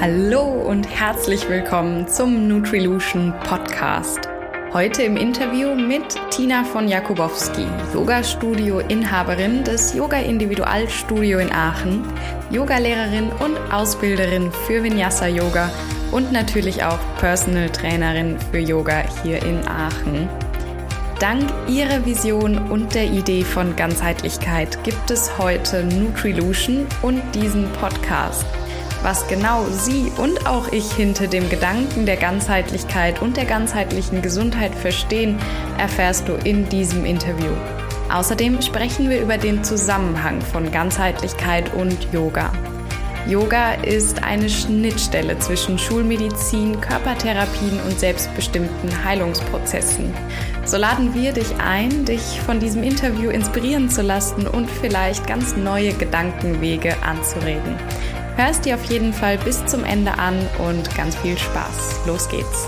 Hallo und herzlich willkommen zum Nutrilution Podcast. Heute im Interview mit Tina von Jakubowski, Yoga-Studio-Inhaberin des Yoga-Individualstudio in Aachen, Yogalehrerin und Ausbilderin für Vinyasa-Yoga und natürlich auch Personal Trainerin für Yoga hier in Aachen. Dank ihrer Vision und der Idee von Ganzheitlichkeit gibt es heute Nutrilution und diesen Podcast. Was genau sie und auch ich hinter dem Gedanken der Ganzheitlichkeit und der ganzheitlichen Gesundheit verstehen, erfährst du in diesem Interview. Außerdem sprechen wir über den Zusammenhang von Ganzheitlichkeit und Yoga. Yoga ist eine Schnittstelle zwischen Schulmedizin, Körpertherapien und selbstbestimmten Heilungsprozessen. So laden wir dich ein, dich von diesem Interview inspirieren zu lassen und vielleicht ganz neue Gedankenwege anzuregen. Hör es dir auf jeden Fall bis zum Ende an und ganz viel Spaß. Los geht's!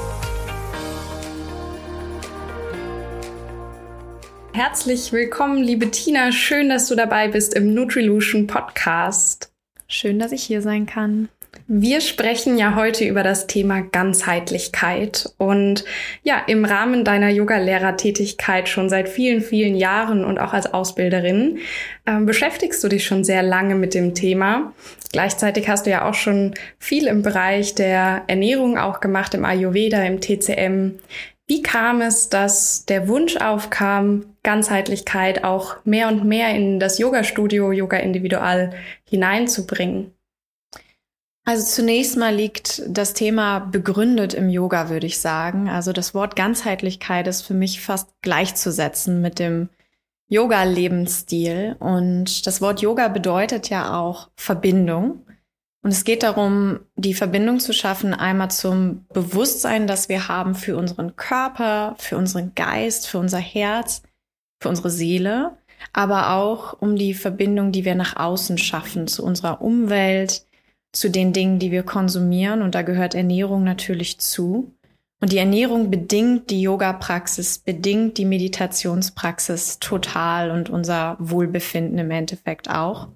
Herzlich willkommen, liebe Tina. Schön, dass du dabei bist im Nutrilution Podcast. Schön, dass ich hier sein kann. Wir sprechen ja heute über das Thema Ganzheitlichkeit und ja, im Rahmen deiner Yogalehrertätigkeit schon seit vielen, vielen Jahren und auch als Ausbilderin beschäftigst du dich schon sehr lange mit dem Thema. Gleichzeitig hast du ja auch schon viel im Bereich der Ernährung auch gemacht, im Ayurveda, im TCM. Wie kam es, dass der Wunsch aufkam, Ganzheitlichkeit auch mehr und mehr in das Yoga-Studio, Yoga Individual hineinzubringen? Also zunächst mal liegt das Thema begründet im Yoga, würde ich sagen. Also das Wort Ganzheitlichkeit ist für mich fast gleichzusetzen mit dem Yoga-Lebensstil. Und das Wort Yoga bedeutet ja auch Verbindung. Und es geht darum, die Verbindung zu schaffen, einmal zum Bewusstsein, das wir haben für unseren Körper, für unseren Geist, für unser Herz, für unsere Seele, aber auch um die Verbindung, die wir nach außen schaffen, zu unserer Umwelt, zu den Dingen, die wir konsumieren. Und da gehört Ernährung natürlich zu. Und die Ernährung bedingt die Yoga-Praxis, bedingt die Meditationspraxis total und unser Wohlbefinden im Endeffekt auch.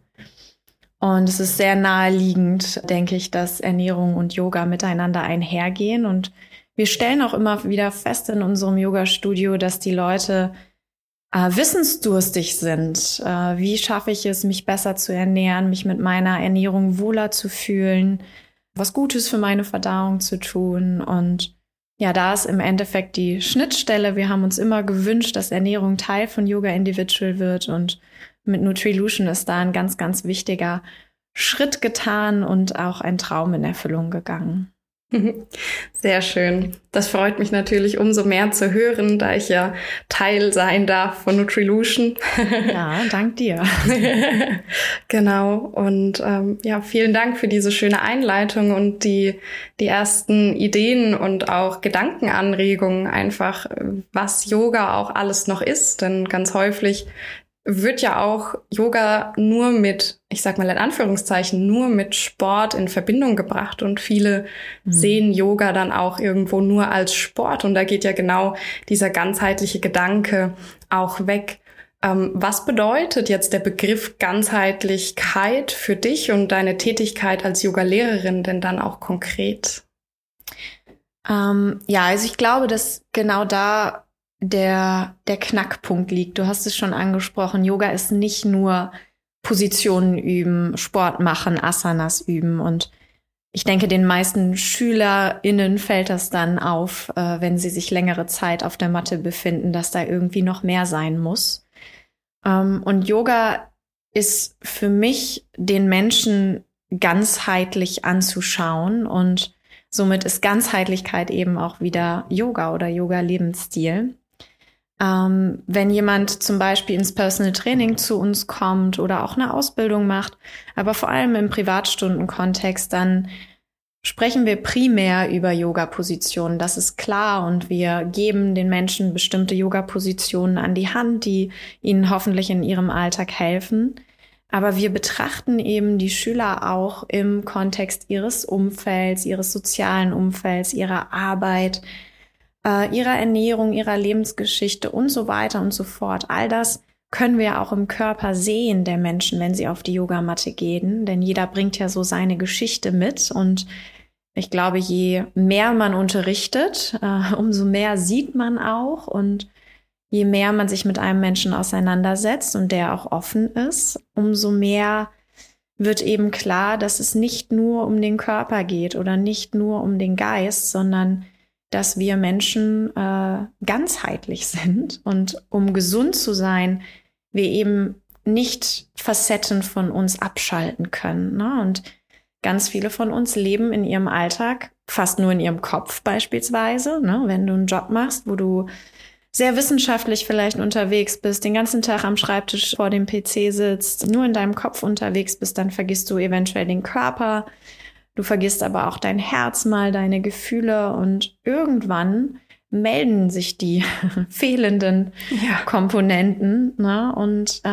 Und es ist sehr naheliegend, denke ich, dass Ernährung und Yoga miteinander einhergehen. Und wir stellen auch immer wieder fest in unserem Yoga-Studio, dass die Leute wissensdurstig sind. Wie schaffe ich es, mich besser zu ernähren, mich mit meiner Ernährung wohler zu fühlen, was Gutes für meine Verdauung zu tun. Und ja, da ist im Endeffekt die Schnittstelle. Wir haben uns immer gewünscht, dass Ernährung Teil von Yoga Individual wird. Und mit Nutrilution ist da ein ganz, ganz wichtiger Schritt getan und auch ein Traum in Erfüllung gegangen. Sehr schön. Das freut mich natürlich umso mehr zu hören, da ich ja Teil sein darf von Nutrilution. Ja, dank dir. Genau. Und ja, vielen Dank für diese schöne Einleitung und die ersten Ideen und auch Gedankenanregungen einfach, was Yoga auch alles noch ist. Denn ganz häufig wird ja auch Yoga nur mit, ich sag mal in Anführungszeichen, nur mit Sport in Verbindung gebracht und viele sehen Yoga dann auch irgendwo nur als Sport und da geht ja genau dieser ganzheitliche Gedanke auch weg. Was bedeutet jetzt der Begriff Ganzheitlichkeit für dich und deine Tätigkeit als Yogalehrerin denn dann auch konkret? Ja, also ich glaube, dass genau da der Knackpunkt liegt. Du hast es schon angesprochen. Yoga ist nicht nur Positionen üben, Sport machen, Asanas üben. Und ich denke, den meisten SchülerInnen fällt das dann auf, wenn sie sich längere Zeit auf der Matte befinden, dass da irgendwie noch mehr sein muss. Und Yoga ist für mich, den Menschen ganzheitlich anzuschauen. Und somit ist Ganzheitlichkeit eben auch wieder Yoga oder Yoga-Lebensstil. Wenn jemand zum Beispiel ins Personal Training zu uns kommt oder auch eine Ausbildung macht, aber vor allem im Privatstundenkontext, dann sprechen wir primär über Yoga-Positionen. Das ist klar und wir geben den Menschen bestimmte Yoga-Positionen an die Hand, die ihnen hoffentlich in ihrem Alltag helfen. Aber wir betrachten eben die Schüler auch im Kontext ihres Umfelds, ihres sozialen Umfelds, ihrer Arbeit, ihrer Ernährung, ihrer Lebensgeschichte und so weiter und so fort. All das können wir auch im Körper sehen der Menschen, wenn sie auf die Yogamatte gehen. Denn jeder bringt ja so seine Geschichte mit und ich glaube, je mehr man unterrichtet, umso mehr sieht man auch. Und je mehr man sich mit einem Menschen auseinandersetzt und der auch offen ist, umso mehr wird eben klar, dass es nicht nur um den Körper geht oder nicht nur um den Geist, sondern dass wir Menschen ganzheitlich sind. Und um gesund zu sein, wir eben nicht Facetten von uns abschalten können, ne? Und ganz viele von uns leben in ihrem Alltag fast nur in ihrem Kopf beispielsweise, ne? Wenn du einen Job machst, wo du sehr wissenschaftlich vielleicht unterwegs bist, den ganzen Tag am Schreibtisch vor dem PC sitzt, nur in deinem Kopf unterwegs bist, dann vergisst du eventuell den Körper. Du vergisst aber auch dein Herz mal, deine Gefühle, und irgendwann melden sich die fehlenden Komponenten, ne, und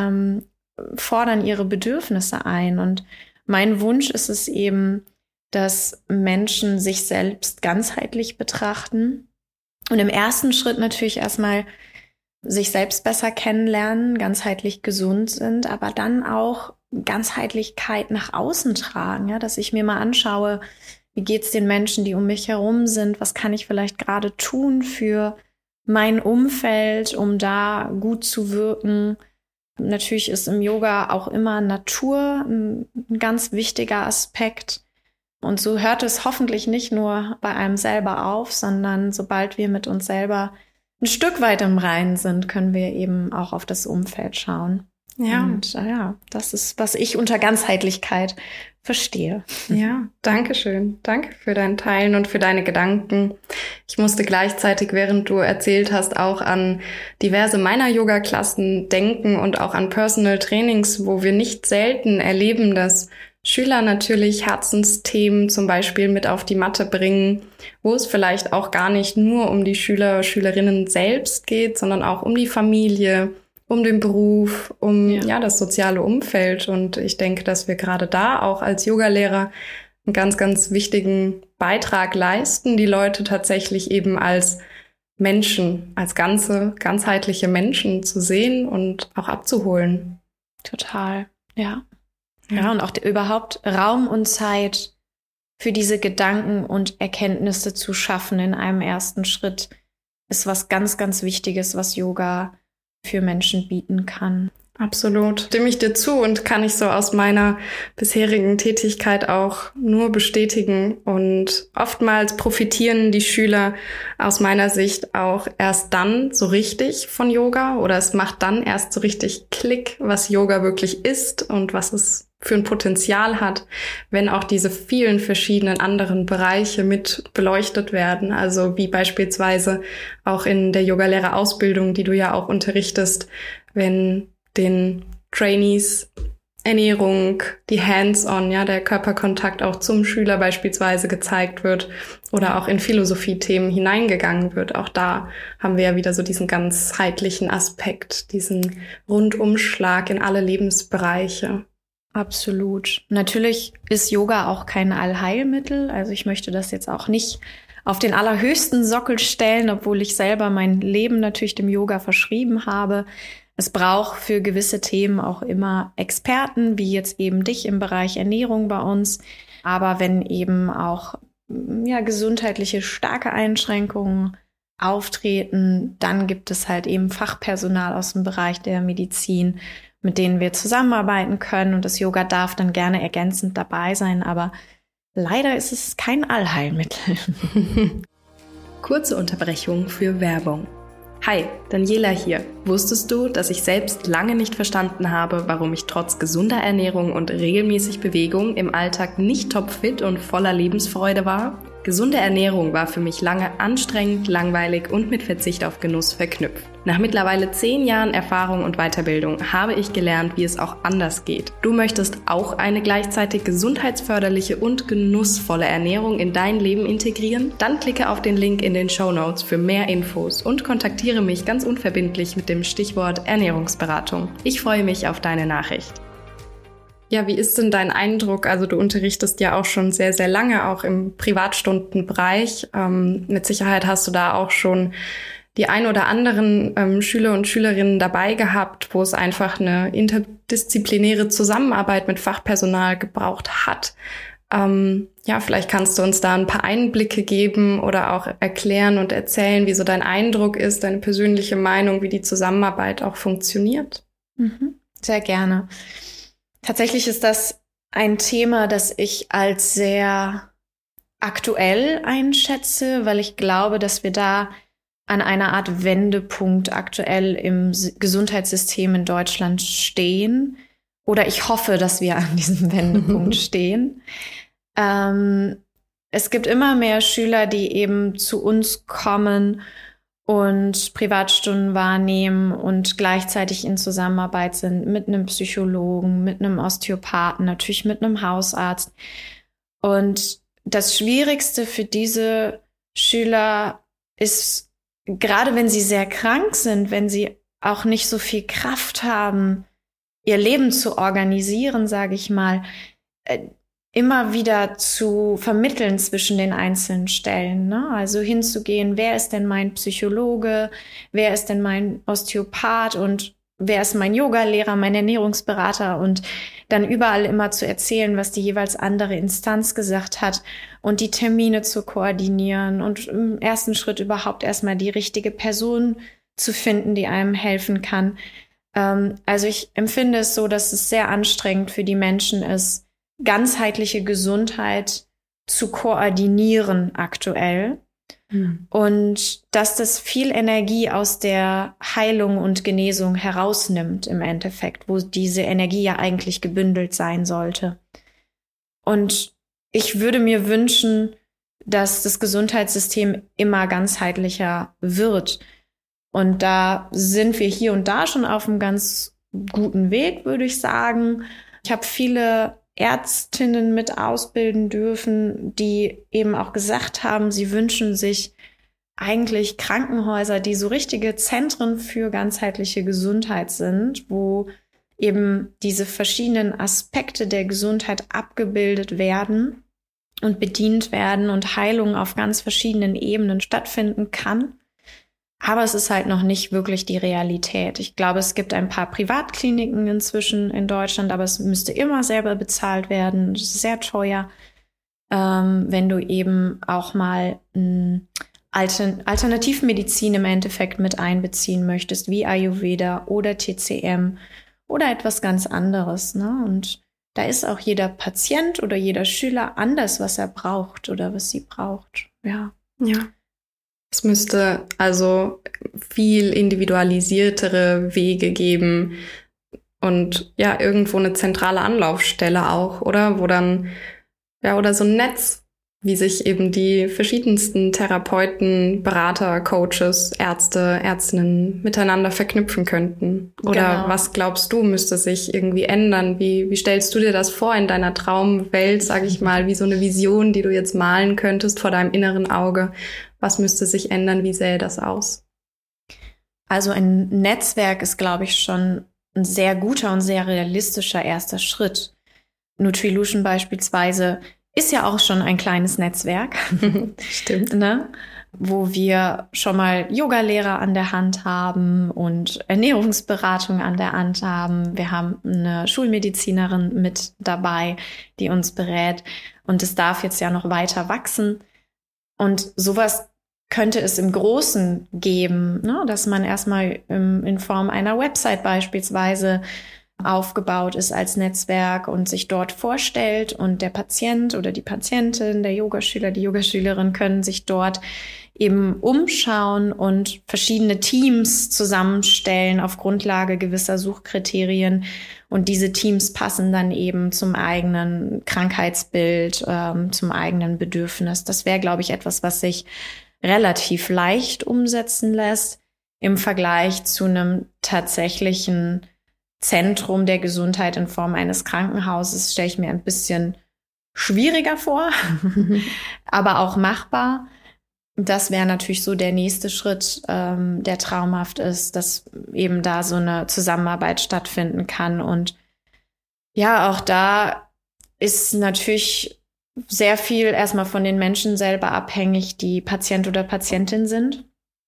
fordern ihre Bedürfnisse ein. Und mein Wunsch ist es eben, dass Menschen sich selbst ganzheitlich betrachten und im ersten Schritt natürlich erstmal sich selbst besser kennenlernen, ganzheitlich gesund sind, aber dann auch Ganzheitlichkeit nach außen tragen, ja, dass ich mir mal anschaue, wie geht's den Menschen, die um mich herum sind, was kann ich vielleicht gerade tun für mein Umfeld, um da gut zu wirken. Natürlich ist im Yoga auch immer Natur ein ganz wichtiger Aspekt. Und so hört es hoffentlich nicht nur bei einem selber auf, sondern sobald wir mit uns selber ein Stück weit im Reinen sind, können wir eben auch auf das Umfeld schauen. Ja. Und das ist, was ich unter Ganzheitlichkeit verstehe. Ja, danke schön. Danke für dein Teilen und für deine Gedanken. Ich musste gleichzeitig, während du erzählt hast, auch an diverse meiner Yoga-Klassen denken und auch an Personal Trainings, wo wir nicht selten erleben, dass Schüler natürlich Herzensthemen zum Beispiel mit auf die Matte bringen, wo es vielleicht auch gar nicht nur um die Schüler, Schülerinnen selbst geht, sondern auch um die Familie, um den Beruf, um das soziale Umfeld. Und ich denke, dass wir gerade da auch als Yogalehrer einen ganz, ganz wichtigen Beitrag leisten, die Leute tatsächlich eben als Menschen, als ganzheitliche Menschen zu sehen und auch abzuholen. Total, ja. Ja, und auch überhaupt Raum und Zeit für diese Gedanken und Erkenntnisse zu schaffen in einem ersten Schritt ist was ganz, ganz Wichtiges, was Yoga für Menschen bieten kann. Absolut. Stimme ich dir zu und kann ich so aus meiner bisherigen Tätigkeit auch nur bestätigen. Und oftmals profitieren die Schüler aus meiner Sicht auch erst dann so richtig von Yoga, oder es macht dann erst so richtig Klick, was Yoga wirklich ist und was es für ein Potenzial hat, wenn auch diese vielen verschiedenen anderen Bereiche mit beleuchtet werden. Also wie beispielsweise auch in der Yogalehrerausbildung, die du ja auch unterrichtest, wenn den Trainees Ernährung, die Hands-on, der Körperkontakt auch zum Schüler beispielsweise gezeigt wird oder auch in Philosophie-Themen hineingegangen wird. Auch da haben wir ja wieder so diesen ganzheitlichen Aspekt, diesen Rundumschlag in alle Lebensbereiche. Absolut. Natürlich ist Yoga auch kein Allheilmittel. Also ich möchte das jetzt auch nicht auf den allerhöchsten Sockel stellen, obwohl ich selber mein Leben natürlich dem Yoga verschrieben habe. Es braucht für gewisse Themen auch immer Experten, wie jetzt eben dich im Bereich Ernährung bei uns. Aber wenn eben auch gesundheitliche starke Einschränkungen auftreten, dann gibt es halt eben Fachpersonal aus dem Bereich der Medizin, mit denen wir zusammenarbeiten können. Und das Yoga darf dann gerne ergänzend dabei sein. Aber leider ist es kein Allheilmittel. Kurze Unterbrechung für Werbung. Hi, Daniela hier. Wusstest du, dass ich selbst lange nicht verstanden habe, warum ich trotz gesunder Ernährung und regelmäßig Bewegung im Alltag nicht topfit und voller Lebensfreude war? Gesunde Ernährung war für mich lange anstrengend, langweilig und mit Verzicht auf Genuss verknüpft. Nach mittlerweile 10 Jahren Erfahrung und Weiterbildung habe ich gelernt, wie es auch anders geht. Du möchtest auch eine gleichzeitig gesundheitsförderliche und genussvolle Ernährung in dein Leben integrieren? Dann klicke auf den Link in den Shownotes für mehr Infos und kontaktiere mich ganz unverbindlich mit dem Stichwort Ernährungsberatung. Ich freue mich auf deine Nachricht. Ja, wie ist denn dein Eindruck? Also du unterrichtest ja auch schon sehr, sehr lange, auch im Privatstundenbereich. Mit Sicherheit hast du da auch schon die ein oder anderen Schüler und Schülerinnen dabei gehabt, wo es einfach eine interdisziplinäre Zusammenarbeit mit Fachpersonal gebraucht hat. Vielleicht kannst du uns da ein paar Einblicke geben oder auch erklären und erzählen, wie so dein Eindruck ist, deine persönliche Meinung, wie die Zusammenarbeit auch funktioniert. Sehr gerne. Tatsächlich ist das ein Thema, das ich als sehr aktuell einschätze, weil ich glaube, dass wir da an einer Art Wendepunkt aktuell im Gesundheitssystem in Deutschland stehen. Oder ich hoffe, dass wir an diesem Wendepunkt stehen. Es gibt immer mehr Schüler, die eben zu uns kommen und Privatstunden wahrnehmen und gleichzeitig in Zusammenarbeit sind mit einem Psychologen, mit einem Osteopathen, natürlich mit einem Hausarzt. Und das Schwierigste für diese Schüler ist, gerade wenn sie sehr krank sind, wenn sie auch nicht so viel Kraft haben, ihr Leben zu organisieren, sage ich mal, immer wieder zu vermitteln zwischen den einzelnen Stellen, ne? Also hinzugehen, wer ist denn mein Psychologe, wer ist denn mein Osteopath und wer ist mein Yogalehrer, mein Ernährungsberater und dann überall immer zu erzählen, was die jeweils andere Instanz gesagt hat und die Termine zu koordinieren und im ersten Schritt überhaupt erstmal die richtige Person zu finden, die einem helfen kann. Also ich empfinde es so, dass es sehr anstrengend für die Menschen ist, ganzheitliche Gesundheit zu koordinieren aktuell. Und dass das viel Energie aus der Heilung und Genesung herausnimmt im Endeffekt, wo diese Energie ja eigentlich gebündelt sein sollte. Und ich würde mir wünschen, dass das Gesundheitssystem immer ganzheitlicher wird. Und da sind wir hier und da schon auf einem ganz guten Weg, würde ich sagen. Ich habe viele Ärztinnen mit ausbilden dürfen, die eben auch gesagt haben, sie wünschen sich eigentlich Krankenhäuser, die so richtige Zentren für ganzheitliche Gesundheit sind, wo eben diese verschiedenen Aspekte der Gesundheit abgebildet werden und bedient werden und Heilung auf ganz verschiedenen Ebenen stattfinden kann. Aber es ist halt noch nicht wirklich die Realität. Ich glaube, es gibt ein paar Privatkliniken inzwischen in Deutschland, aber es müsste immer selber bezahlt werden. Das ist sehr teuer, wenn du eben auch mal Alternativmedizin im Endeffekt mit einbeziehen möchtest, wie Ayurveda oder TCM oder etwas ganz anderes, ne? Und da ist auch jeder Patient oder jeder Schüler anders, was er braucht oder was sie braucht. Ja. Es müsste also viel individualisiertere Wege geben und ja, irgendwo eine zentrale Anlaufstelle auch, oder? Wo dann, oder so ein Netz, wie sich eben die verschiedensten Therapeuten, Berater, Coaches, Ärzte, Ärztinnen miteinander verknüpfen könnten. Oder was glaubst du, müsste sich irgendwie ändern? Wie stellst du dir das vor in deiner Traumwelt, sag ich mal, wie so eine Vision, die du jetzt malen könntest vor deinem inneren Auge? Was müsste sich ändern? Wie sähe das aus? Also ein Netzwerk ist, glaube ich, schon ein sehr guter und sehr realistischer erster Schritt. Nutrilution beispielsweise ist ja auch schon ein kleines Netzwerk. Stimmt. Ne? Wo wir schon mal Yogalehrer an der Hand haben und Ernährungsberatung an der Hand haben. Wir haben eine Schulmedizinerin mit dabei, die uns berät. Und es darf jetzt ja noch weiter wachsen. Und sowas könnte es im Großen geben, ne? Dass man erstmal in Form einer Website beispielsweise aufgebaut ist als Netzwerk und sich dort vorstellt und der Patient oder die Patientin, der Yogaschüler, die Yogaschülerin können sich dort eben umschauen und verschiedene Teams zusammenstellen auf Grundlage gewisser Suchkriterien. Und diese Teams passen dann eben zum eigenen Krankheitsbild, zum eigenen Bedürfnis. Das wäre, glaube ich, etwas, was sich relativ leicht umsetzen lässt im Vergleich zu einem tatsächlichen Zentrum der Gesundheit in Form eines Krankenhauses. Stelle ich mir ein bisschen schwieriger vor, aber auch machbar. Das wäre natürlich so der nächste Schritt, der traumhaft ist, dass eben da so eine Zusammenarbeit stattfinden kann. Und ja, auch da ist natürlich sehr viel erstmal von den Menschen selber abhängig, die Patient oder Patientin sind.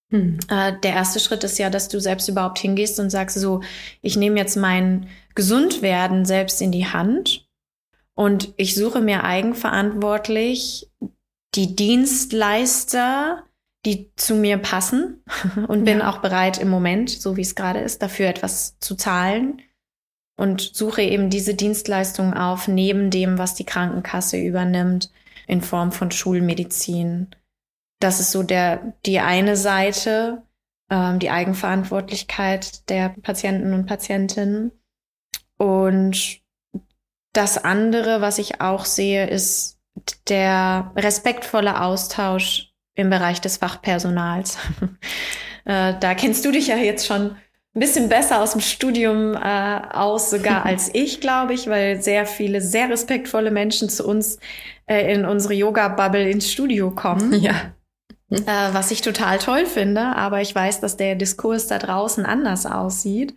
Der erste Schritt ist ja, dass du selbst überhaupt hingehst und sagst so, ich nehme jetzt mein Gesundwerden selbst in die Hand Und ich suche mir eigenverantwortlich die Dienstleister, die zu mir passen und bin auch bereit im Moment, so wie es gerade ist, dafür etwas zu zahlen und suche eben diese Dienstleistungen auf, neben dem, was die Krankenkasse übernimmt, in Form von Schulmedizin. Das ist so die eine Seite, die Eigenverantwortlichkeit der Patienten und Patientinnen. Und das andere, was ich auch sehe, ist der respektvolle Austausch im Bereich des Fachpersonals. Da kennst du dich ja jetzt schon ein bisschen besser aus dem Studium aus, sogar als ich, glaube ich, weil sehr viele sehr respektvolle Menschen zu uns in unsere Yoga-Bubble ins Studio kommen. Ja. Was ich total toll finde, aber ich weiß, dass der Diskurs da draußen anders aussieht.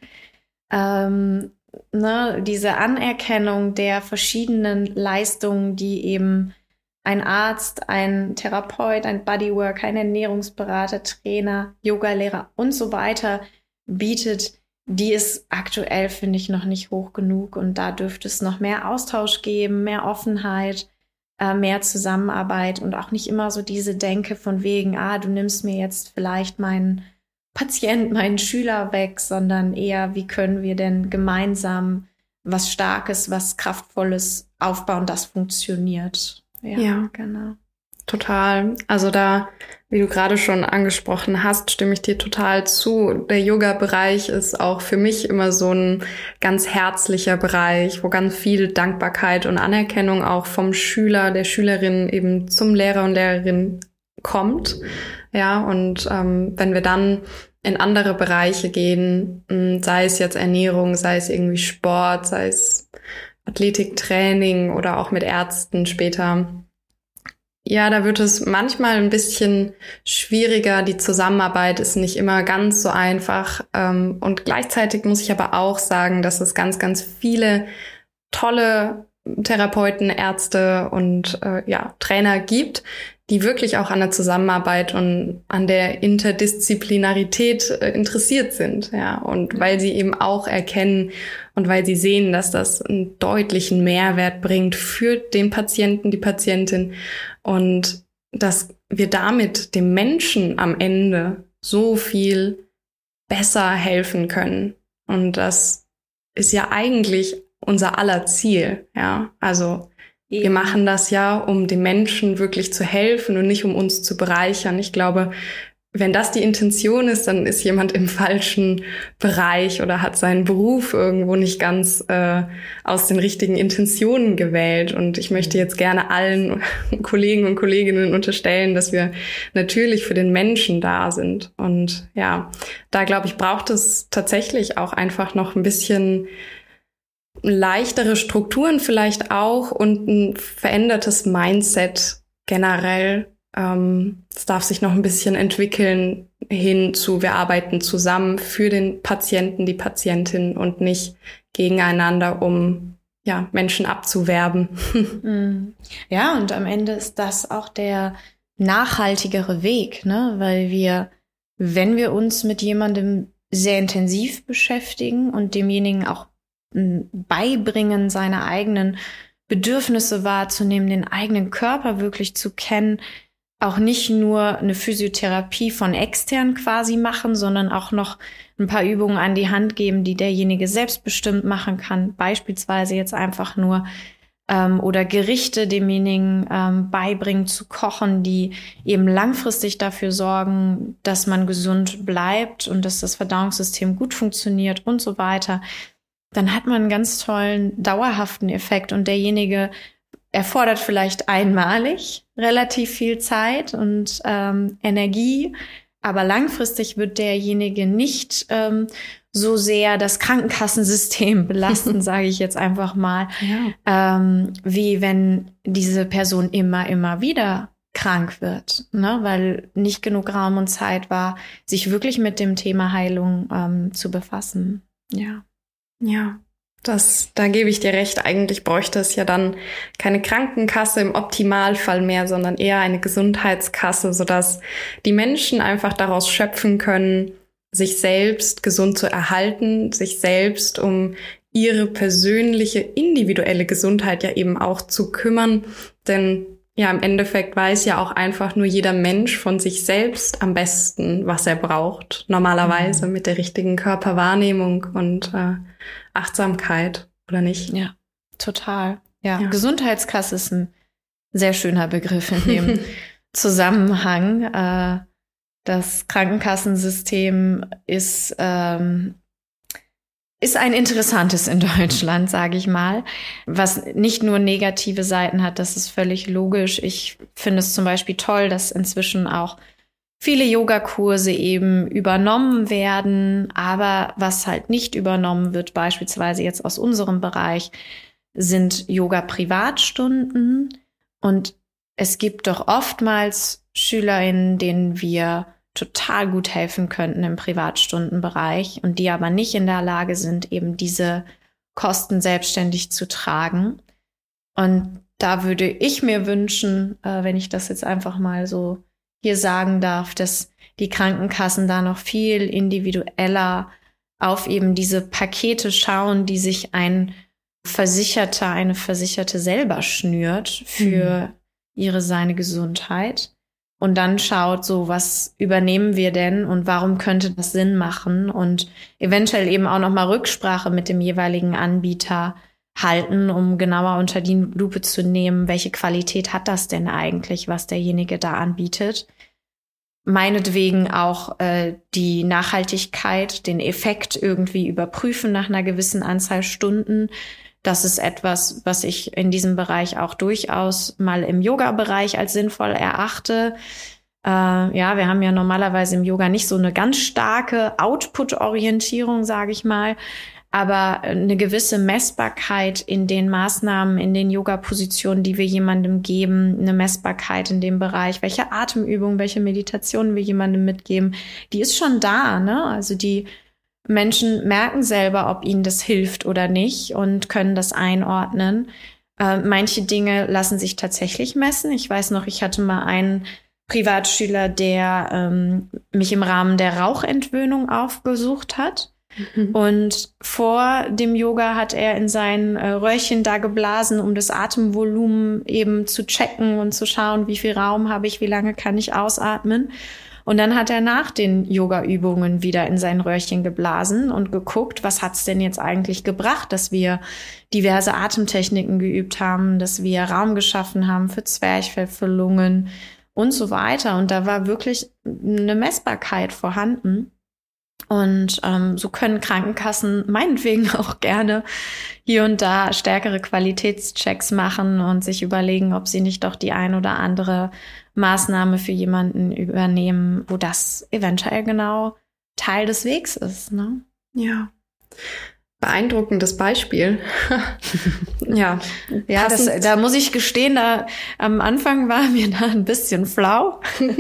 Diese Anerkennung der verschiedenen Leistungen, die eben ein Arzt, ein Therapeut, ein Bodywork, ein Ernährungsberater, Trainer, Yogalehrer und so weiter bietet, die ist aktuell, finde ich, noch nicht hoch genug. Und da dürfte es noch mehr Austausch geben, mehr Offenheit, mehr Zusammenarbeit und auch nicht immer so diese Denke von wegen, du nimmst mir jetzt vielleicht meinen Patient, meinen Schüler weg, sondern eher, wie können wir denn gemeinsam was Starkes, was Kraftvolles aufbauen, das funktioniert. Ja, genau. Total. Also da, wie du gerade schon angesprochen hast, stimme ich dir total zu. Der Yoga-Bereich ist auch für mich immer so ein ganz herzlicher Bereich, wo ganz viel Dankbarkeit und Anerkennung auch vom Schüler, der Schülerin eben zum Lehrer und Lehrerin kommt. Ja, und wenn wir dann in andere Bereiche gehen, sei es jetzt Ernährung, sei es irgendwie Sport, sei es Athletiktraining oder auch mit Ärzten später. Ja, da wird es manchmal ein bisschen schwieriger. Die Zusammenarbeit ist nicht immer ganz so einfach. Und gleichzeitig muss ich aber auch sagen, dass es ganz, ganz viele tolle Therapeuten, Ärzte und Trainer gibt, die wirklich auch an der Zusammenarbeit und an der Interdisziplinarität interessiert sind, ja, und weil sie eben auch erkennen und weil sie sehen, dass das einen deutlichen Mehrwert bringt für den Patienten, die Patientin und dass wir damit dem Menschen am Ende so viel besser helfen können. Und das ist ja eigentlich unser aller Ziel, ja, also wir machen das ja, um den Menschen wirklich zu helfen und nicht um uns zu bereichern. Ich glaube, wenn das die Intention ist, dann ist jemand im falschen Bereich oder hat seinen Beruf irgendwo nicht ganz aus den richtigen Intentionen gewählt. Und ich möchte jetzt gerne allen Kollegen und Kolleginnen unterstellen, dass wir natürlich für den Menschen da sind. Und ja, da glaube ich, braucht es tatsächlich auch einfach noch ein bisschen leichtere Strukturen vielleicht auch und ein verändertes Mindset generell. Es darf sich noch ein bisschen entwickeln hin zu, wir arbeiten zusammen für den Patienten, die Patientin und nicht gegeneinander, um Menschen abzuwerben. Ja, und am Ende ist das auch der nachhaltigere Weg, ne? Weil wenn wir uns mit jemandem sehr intensiv beschäftigen und demjenigen auch beibringen, seine eigenen Bedürfnisse wahrzunehmen, den eigenen Körper wirklich zu kennen, auch nicht nur eine Physiotherapie von extern quasi machen, sondern auch noch ein paar Übungen an die Hand geben, die derjenige selbstbestimmt machen kann. Beispielsweise jetzt einfach nur oder Gerichte demjenigen beibringen zu kochen, die eben langfristig dafür sorgen, dass man gesund bleibt und dass das Verdauungssystem gut funktioniert und so weiter. Dann hat man einen ganz tollen, dauerhaften Effekt und derjenige erfordert vielleicht einmalig relativ viel Zeit und Energie, aber langfristig wird derjenige nicht so sehr das Krankenkassensystem belasten, sage ich jetzt einfach mal, wie wenn diese Person immer wieder krank wird, ne? Weil nicht genug Raum und Zeit war, sich wirklich mit dem Thema Heilung zu befassen. Ja, da gebe ich dir recht. Eigentlich bräuchte es ja dann keine Krankenkasse im Optimalfall mehr, sondern eher eine Gesundheitskasse, sodass die Menschen einfach daraus schöpfen können, sich selbst gesund zu erhalten, sich selbst um ihre persönliche, individuelle Gesundheit ja eben auch zu kümmern. Denn ja, im Endeffekt weiß ja auch einfach nur jeder Mensch von sich selbst am besten, was er braucht. Normalerweise mit der richtigen Körperwahrnehmung und Achtsamkeit, oder nicht? Ja, total. Ja, Gesundheitskasse ist ein sehr schöner Begriff in dem Zusammenhang. Das Krankenkassensystem ist ein interessantes in Deutschland, sage ich mal, was nicht nur negative Seiten hat, das ist völlig logisch. Ich finde es zum Beispiel toll, dass inzwischen auch viele Yogakurse eben übernommen werden, aber was halt nicht übernommen wird, beispielsweise jetzt aus unserem Bereich, sind Yoga-Privatstunden. Und es gibt doch oftmals SchülerInnen, denen wir total gut helfen könnten im Privatstundenbereich und die aber nicht in der Lage sind, eben diese Kosten selbstständig zu tragen. Und da würde ich mir wünschen, wenn ich das jetzt einfach mal so hier sagen darf, dass die Krankenkassen da noch viel individueller auf eben diese Pakete schauen, die sich ein Versicherter, eine Versicherte selber schnürt für seine Gesundheit. Und dann schaut so, was übernehmen wir denn und warum könnte das Sinn machen und eventuell eben auch nochmal Rücksprache mit dem jeweiligen Anbieter halten, um genauer unter die Lupe zu nehmen, welche Qualität hat das denn eigentlich, was derjenige da anbietet. Meinetwegen auch die Nachhaltigkeit, den Effekt irgendwie überprüfen nach einer gewissen Anzahl Stunden. Das ist etwas, was ich in diesem Bereich auch durchaus mal im Yoga-Bereich als sinnvoll erachte. Wir haben ja normalerweise im Yoga nicht so eine ganz starke Output-Orientierung, sage ich mal, aber eine gewisse Messbarkeit in den Maßnahmen, in den Yoga-Positionen, die wir jemandem geben, eine Messbarkeit in dem Bereich, welche Atemübungen, welche Meditationen wir jemandem mitgeben, die ist schon da, ne? Also die Menschen merken selber, ob ihnen das hilft oder nicht und können das einordnen. Manche Dinge lassen sich tatsächlich messen. Ich weiß noch, ich hatte mal einen Privatschüler, der mich im Rahmen der Rauchentwöhnung aufgesucht hat. Und vor dem Yoga hat er in sein Röhrchen da geblasen, um das Atemvolumen eben zu checken und zu schauen, wie viel Raum habe ich, wie lange kann ich ausatmen. Und dann hat er nach den Yoga-Übungen wieder in sein Röhrchen geblasen und geguckt, was hat's denn jetzt eigentlich gebracht, dass wir diverse Atemtechniken geübt haben, dass wir Raum geschaffen haben für Zwerchfell, für Lungen und so weiter. Und da war wirklich eine Messbarkeit vorhanden. Und so können Krankenkassen meinetwegen auch gerne hier und da stärkere Qualitätschecks machen und sich überlegen, ob sie nicht doch die ein oder andere Maßnahme für jemanden übernehmen, wo das eventuell genau Teil des Wegs ist, ne? Ja. Beeindruckendes Beispiel. Ja, da muss ich gestehen, am Anfang war mir da ein bisschen flau.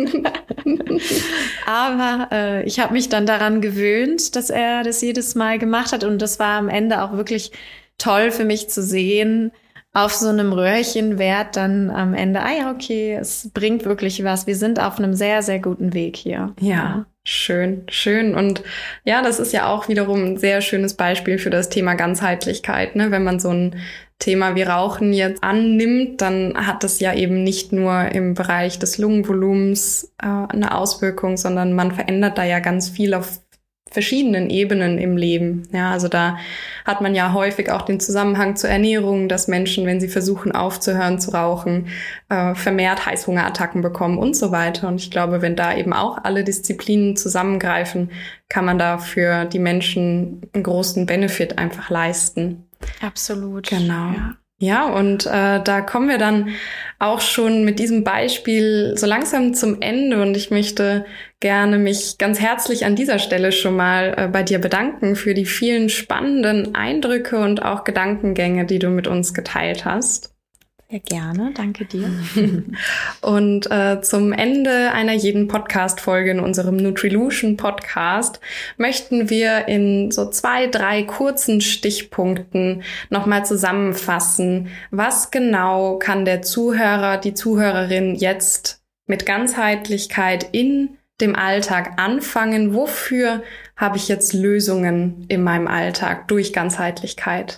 Aber ich habe mich dann daran gewöhnt, dass er das jedes Mal gemacht hat. Und das war am Ende auch wirklich toll für mich zu sehen, auf so einem Röhrchenwert dann am Ende, okay, es bringt wirklich was. Wir sind auf einem sehr, sehr guten Weg hier. Ja. Schön, schön. Und ja, das ist ja auch wiederum ein sehr schönes Beispiel für das Thema Ganzheitlichkeit, ne? Wenn man so ein Thema wie Rauchen jetzt annimmt, dann hat das ja eben nicht nur im Bereich des Lungenvolumens eine Auswirkung, sondern man verändert da ja ganz viel auf verschiedenen Ebenen im Leben. Ja, also da hat man ja häufig auch den Zusammenhang zur Ernährung, dass Menschen, wenn sie versuchen aufzuhören zu rauchen, vermehrt Heißhungerattacken bekommen und so weiter. Und ich glaube, wenn da eben auch alle Disziplinen zusammengreifen, kann man da für die Menschen einen großen Benefit einfach leisten. Absolut. Genau. Ja, und da kommen wir dann auch schon mit diesem Beispiel so langsam zum Ende und ich möchte gerne mich ganz herzlich an dieser Stelle schon mal bei dir bedanken für die vielen spannenden Eindrücke und auch Gedankengänge, die du mit uns geteilt hast. Sehr gerne, danke dir. Und zum Ende einer jeden Podcast-Folge in unserem Nutrilution-Podcast möchten wir in so 2, 3 kurzen Stichpunkten nochmal zusammenfassen, was genau kann der Zuhörer, die Zuhörerin jetzt mit Ganzheitlichkeit in dem Alltag anfangen? Wofür habe ich jetzt Lösungen in meinem Alltag durch Ganzheitlichkeit?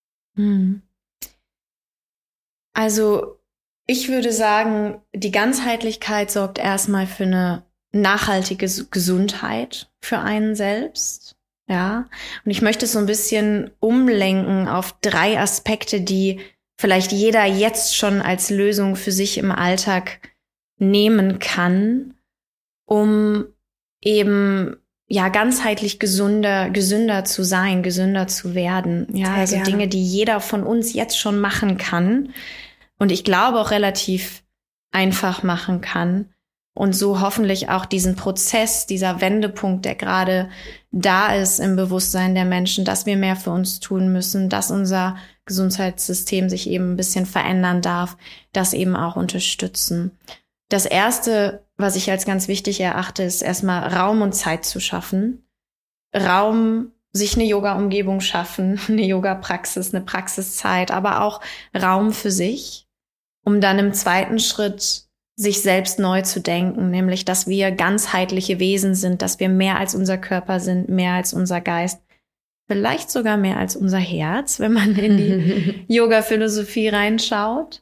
Also ich würde sagen, die Ganzheitlichkeit sorgt erstmal für eine nachhaltige Gesundheit für einen selbst. Ja, und ich möchte es so ein bisschen umlenken auf 3 Aspekte, die vielleicht jeder jetzt schon als Lösung für sich im Alltag nehmen kann, um eben ganzheitlich gesünder zu sein, gesünder zu werden. Ja, also gerne. Dinge, die jeder von uns jetzt schon machen kann und ich glaube auch relativ einfach machen kann und so hoffentlich auch diesen Prozess, dieser Wendepunkt, der gerade da ist im Bewusstsein der Menschen, dass wir mehr für uns tun müssen, dass unser Gesundheitssystem sich eben ein bisschen verändern darf, das eben auch unterstützen. Das Erste, was ich als ganz wichtig erachte, ist erstmal Raum und Zeit zu schaffen. Raum, sich eine Yoga-Umgebung schaffen, eine Yoga-Praxis, eine Praxiszeit, aber auch Raum für sich, um dann im zweiten Schritt sich selbst neu zu denken, nämlich, dass wir ganzheitliche Wesen sind, dass wir mehr als unser Körper sind, mehr als unser Geist, vielleicht sogar mehr als unser Herz, wenn man in die Yoga-Philosophie reinschaut.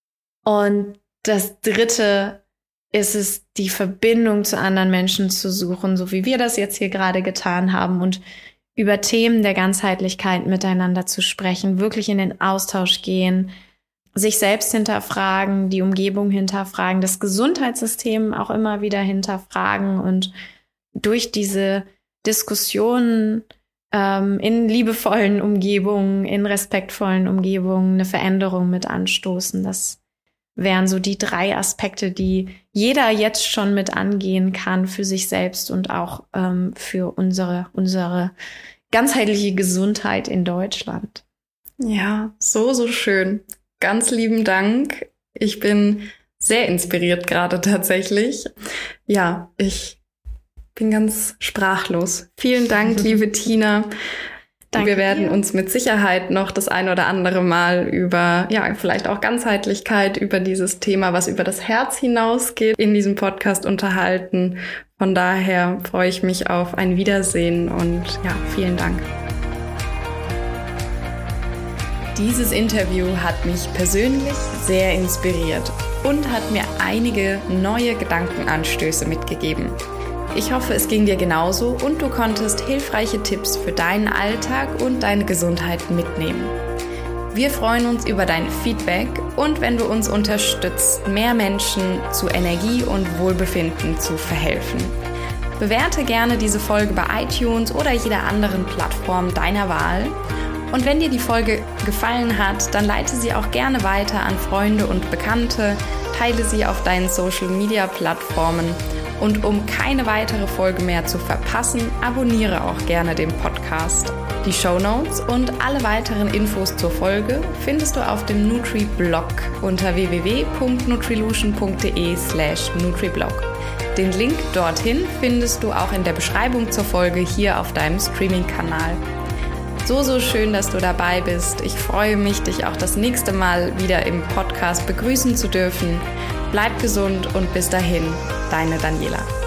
Und das Dritte ist es, die Verbindung zu anderen Menschen zu suchen, so wie wir das jetzt hier gerade getan haben und über Themen der Ganzheitlichkeit miteinander zu sprechen, wirklich in den Austausch gehen, sich selbst hinterfragen, die Umgebung hinterfragen, das Gesundheitssystem auch immer wieder hinterfragen und durch diese Diskussionen in liebevollen Umgebungen, in respektvollen Umgebungen eine Veränderung mit anstoßen. Das wären so die 3 Aspekte, die jeder jetzt schon mit angehen kann für sich selbst und auch für unsere ganzheitliche Gesundheit in Deutschland. Ja, so schön. Ganz lieben Dank. Ich bin sehr inspiriert gerade tatsächlich. Ja, ich bin ganz sprachlos. Vielen Dank, liebe Tina. Danke Wir werden dir. Uns mit Sicherheit noch das ein oder andere Mal über, vielleicht auch Ganzheitlichkeit, über dieses Thema, was über das Herz hinausgeht, in diesem Podcast unterhalten. Von daher freue ich mich auf ein Wiedersehen und vielen Dank. Dieses Interview hat mich persönlich sehr inspiriert und hat mir einige neue Gedankenanstöße mitgegeben. Ich hoffe, es ging dir genauso und du konntest hilfreiche Tipps für deinen Alltag und deine Gesundheit mitnehmen. Wir freuen uns über dein Feedback und wenn du uns unterstützt, mehr Menschen zu Energie und Wohlbefinden zu verhelfen. Bewerte gerne diese Folge bei iTunes oder jeder anderen Plattform deiner Wahl. Und wenn dir die Folge gefallen hat, dann leite sie auch gerne weiter an Freunde und Bekannte, teile sie auf deinen Social-Media-Plattformen und um keine weitere Folge mehr zu verpassen, abonniere auch gerne den Podcast. Die Shownotes und alle weiteren Infos zur Folge findest du auf dem Nutri-Blog unter www.nutrilution.de/Nutri-Blog. Den Link dorthin findest du auch in der Beschreibung zur Folge hier auf deinem Streaming-Kanal. So schön, dass du dabei bist. Ich freue mich, dich auch das nächste Mal wieder im Podcast begrüßen zu dürfen. Bleib gesund und bis dahin, deine Daniela.